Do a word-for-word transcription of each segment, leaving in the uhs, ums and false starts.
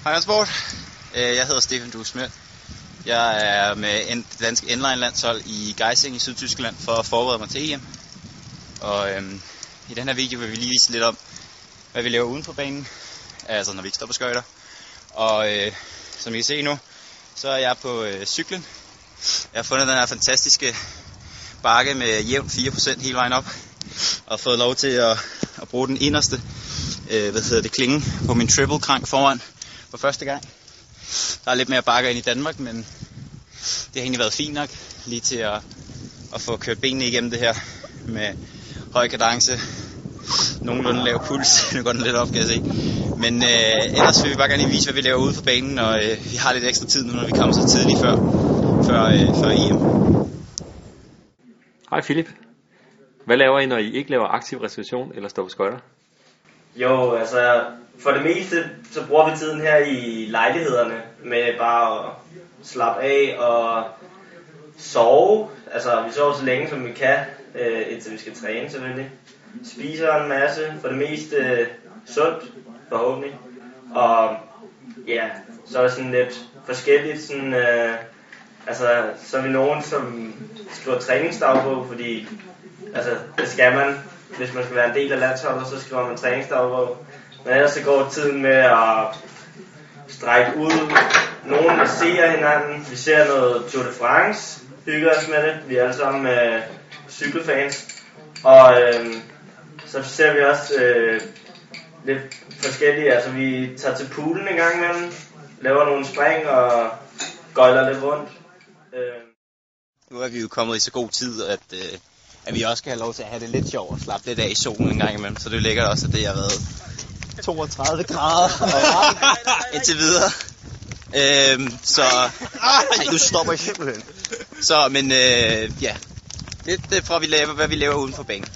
Hej Sport. Jeg hedder Stefan Duesmøl. Jeg er med det danske inline-landshold i Geising i Sydtyskland for at forberede mig til E M. Og øhm, i den her video vil vi lige vise lidt om, hvad vi laver uden for banen, altså når vi ikke står på skøjter. Og øh, som I kan se nu, så er jeg på øh, cyklen. Jeg har fundet den her fantastiske bakke med jævn fire procent hele vejen op, og fået lov til at, at bruge den inderste øh, hvad hedder det, klinge på min triple krank foran for første gang. Der er lidt mere bakker ind i Danmark, men det har egentlig været fint nok lige til at, at få kørt benene igennem det her med høj kadence, nogenlunde lav puls. Nu går den lidt op, kan jeg se. Men øh, ellers vil vi bare gerne lige vise, hvad vi laver ude for banen, og øh, vi har lidt ekstra tid nu, når vi kommer så tidligt før, før, øh, før E M. Hej Philip. Hvad laver I, når I ikke laver aktiv reservation eller står på skøjter? Jo, altså for det meste, så bruger vi tiden her i lejlighederne med bare at slappe af og sove. Altså vi sover så længe som vi kan, øh, indtil vi skal træne selvfølgelig. Spiser en masse, for det meste øh, sundt forhåbentlig. Og ja, så er der sådan lidt forskelligt sådan, øh, altså så er vi nogen, som skriver træningsdagbog, fordi altså det skal man. Hvis man skal være en del af landsholdet, så skriver man træningsdagbog. Men ellers så går tiden med at strække ud. Nogen der ser hinanden. Vi ser noget Tour de France. Hygger os med det. Vi er alle sammen øh, cykelfans. Og øh, så ser vi også øh, lidt forskellige. Altså vi tager til poolen en gang imellem. Laver nogle spring og gøjler lidt rundt. Øh. Nu er vi jo kommet i så god tid, at... Øh at vi også skal have lov til at have det lidt sjovt og slappe lidt af i solen en gang imellem. Så det er lækkert også, at det har været toogtredive grader og indtil videre. Øhm, så... Ej, nu stopper jeg simpelthen. Så, men øh, ja. Lidt fra, vi laver, hvad vi laver uden for banen.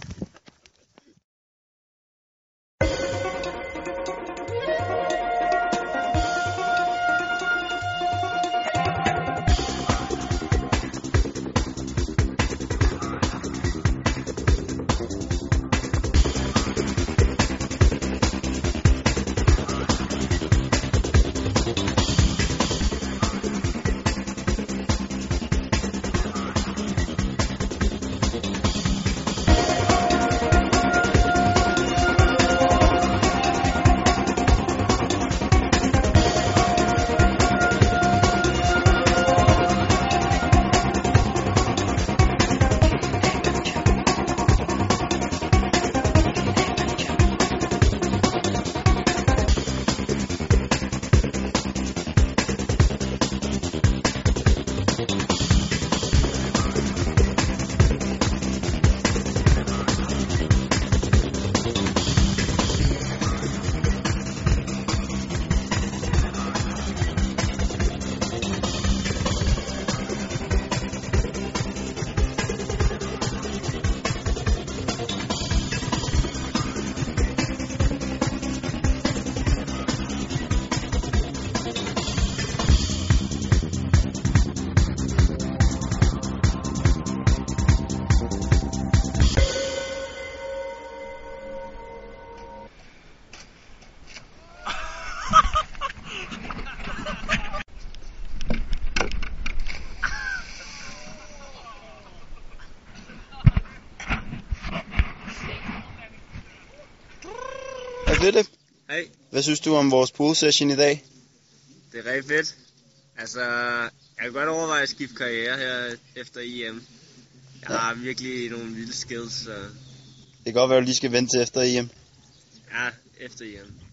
Hej Philip. Hej. Hvad synes du om vores pool session i dag? Det er rigtig fedt. Altså, jeg kan godt overveje at skifte karriere her efter E M. Jeg ja. har virkelig nogle vilde skills, så... Det kan godt være, at du lige skal vente til efter E M. Ja, efter E M.